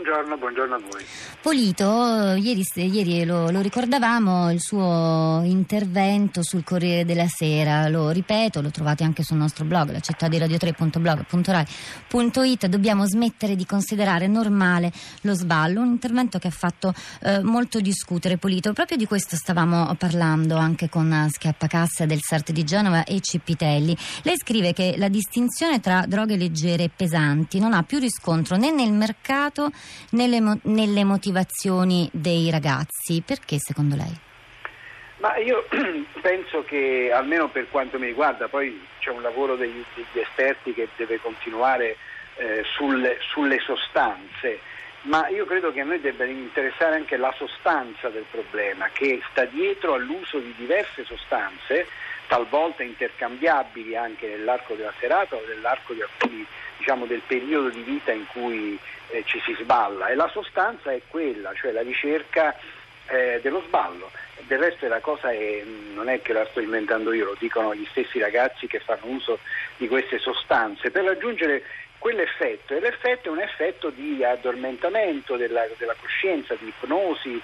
buongiorno a voi. Polito, ieri lo ricordavamo, il suo intervento sul Corriere della Sera, lo ripeto, lo trovate anche sul nostro blog, la cittadiradio3.blog.rai.it. Dobbiamo smettere di considerare normale lo sballo, un intervento che ha fatto molto discutere, Polito. Proprio di questo stavamo parlando anche con Schiappacassa del Sart di Genova e Cipitelli. Lei scrive che la distinzione tra droghe leggere e pesanti non ha più riscontro né nel mercato né nelle motivazioni dei ragazzi. Perché secondo lei? Ma io penso che, almeno per quanto mi riguarda, poi c'è un lavoro degli esperti che deve continuare sulle sostanze, ma io credo che a noi debba interessare anche la sostanza del problema, che sta dietro all'uso di diverse sostanze, talvolta intercambiabili anche nell'arco della serata o nell'arco di alcuni, del periodo di vita in cui ci si sballa, e la sostanza è quella, cioè la ricerca dello sballo. Del resto la cosa non è che la sto inventando io, lo dicono gli stessi ragazzi che fanno uso di queste sostanze per raggiungere quell'effetto, e l'effetto è un effetto di addormentamento della coscienza, di ipnosi,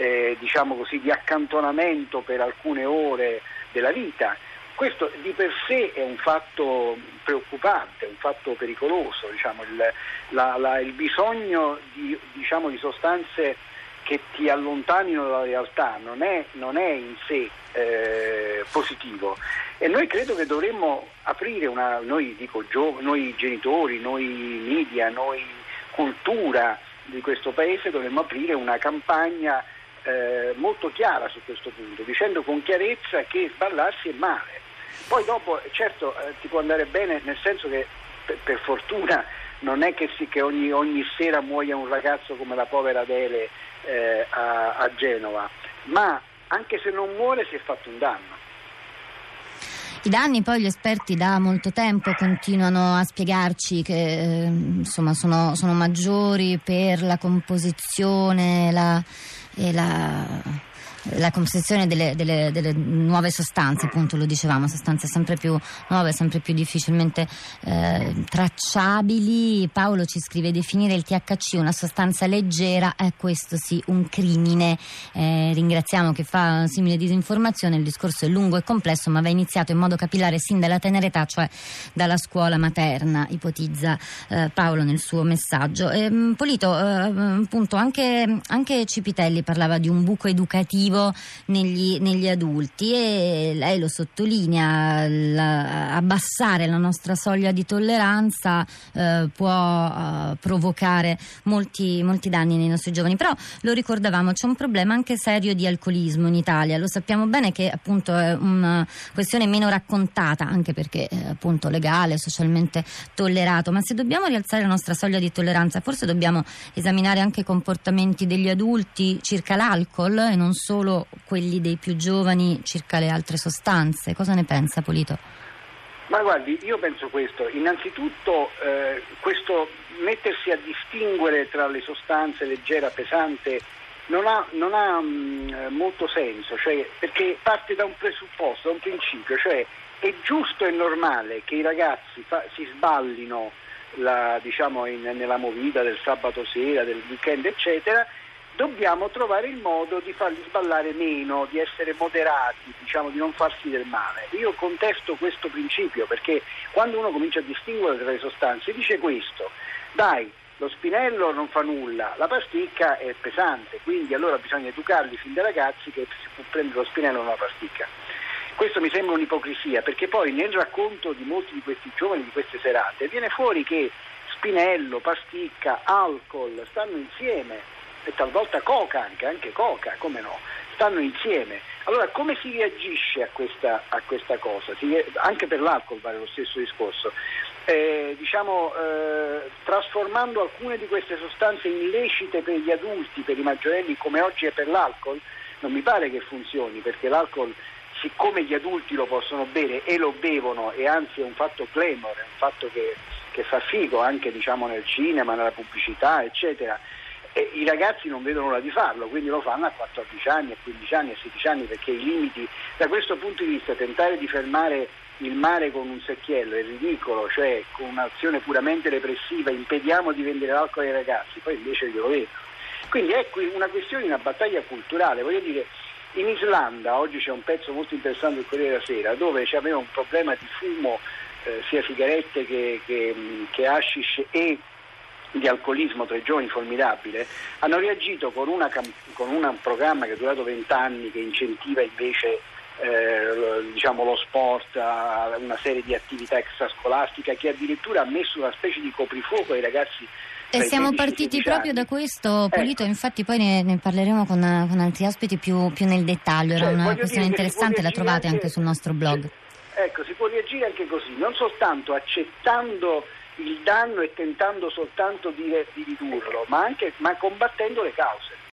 di accantonamento per alcune ore della vita. Questo di per sé è un fatto preoccupante, un fatto pericoloso, il bisogno di sostanze che ti allontanino dalla realtà non è in sé positivo, e noi credo che dovremmo aprire noi genitori, noi media, noi cultura di questo paese, dovremmo aprire una campagna molto chiara su questo punto, dicendo con chiarezza che sballarsi è male. Poi dopo, certo, ti può andare bene, nel senso che per fortuna non è che ogni sera muoia un ragazzo come la povera Adele a Genova, ma anche se non muore si è fatto un danno. I danni poi gli esperti da molto tempo continuano a spiegarci che sono maggiori per la composizione la composizione delle nuove sostanze, appunto, lo dicevamo, sostanze sempre più nuove, sempre più difficilmente tracciabili. Paolo ci scrive: definire il THC una sostanza leggera è, questo sì, un crimine. Ringraziamo che fa simile disinformazione. Il discorso è lungo e complesso, ma va iniziato in modo capillare sin dalla tenera età, cioè dalla scuola materna, ipotizza Paolo nel suo messaggio. Polito, appunto, anche Cipitelli parlava di un buco educativo negli adulti, e lei lo sottolinea: abbassare la nostra soglia di tolleranza può provocare molti danni nei nostri giovani. Però lo ricordavamo, c'è un problema anche serio di alcolismo in Italia. Lo sappiamo bene che appunto è una questione meno raccontata, anche perché appunto legale, socialmente tollerato, ma se dobbiamo rialzare la nostra soglia di tolleranza, forse dobbiamo esaminare anche i comportamenti degli adulti circa l'alcol e non solo quelli dei più giovani circa le altre sostanze. Cosa ne pensa, Polito? Ma guardi, io penso questo. Innanzitutto questo mettersi a distinguere tra le sostanze leggera e pesante non ha molto senso, cioè, perché parte da un presupposto, da un principio, cioè è giusto e normale che i ragazzi si sballino nella movida del sabato sera, del weekend, eccetera. Dobbiamo trovare il modo di farli sballare meno, di essere moderati, di non farsi del male. Io contesto questo principio, perché quando uno comincia a distinguere tra le sostanze dice questo: dai, lo spinello non fa nulla, la pasticca è pesante, quindi allora bisogna educarli fin da ragazzi che si può prendere lo spinello o una pasticca. Questo mi sembra un'ipocrisia, perché poi nel racconto di molti di questi giovani di queste serate viene fuori che spinello, pasticca, alcol stanno insieme, e talvolta coca, anche coca, come no, stanno insieme. Allora come si reagisce a questa cosa? Anche per l'alcol vale lo stesso discorso. Trasformando alcune di queste sostanze illecite per gli adulti, per i maggiorenni, come oggi è per l'alcol, non mi pare che funzioni, perché l'alcol, siccome gli adulti lo possono bere e lo bevono, e anzi è un fatto glamour, è un fatto che fa figo anche nel cinema, nella pubblicità, eccetera. E i ragazzi non vedono l'ora di farlo, quindi lo fanno a 14 anni, a 15 anni, a 16 anni, perché i limiti, da questo punto di vista, tentare di fermare il mare con un secchiello è ridicolo, cioè con un'azione puramente repressiva impediamo di vendere alcol ai ragazzi, poi invece glielo vedo. Quindi è qui una questione di una battaglia culturale, voglio dire, in Islanda oggi c'è un pezzo molto interessante del Corriere della Sera dove c'aveva un problema di fumo, sia sigarette che hashish e di alcolismo tra i giovani formidabile, hanno reagito con un programma che è durato 20 anni che incentiva invece lo sport, una serie di attività extrascolastica che addirittura ha messo una specie di coprifuoco ai ragazzi. E siamo partiti proprio da questo, Polito, infatti poi ne parleremo con altri ospiti più nel dettaglio, era una questione interessante, la trovate anche sul nostro blog. Ecco, si può reagire anche così, non soltanto accettando il danno e tentando soltanto di ridurlo, ma combattendo le cause.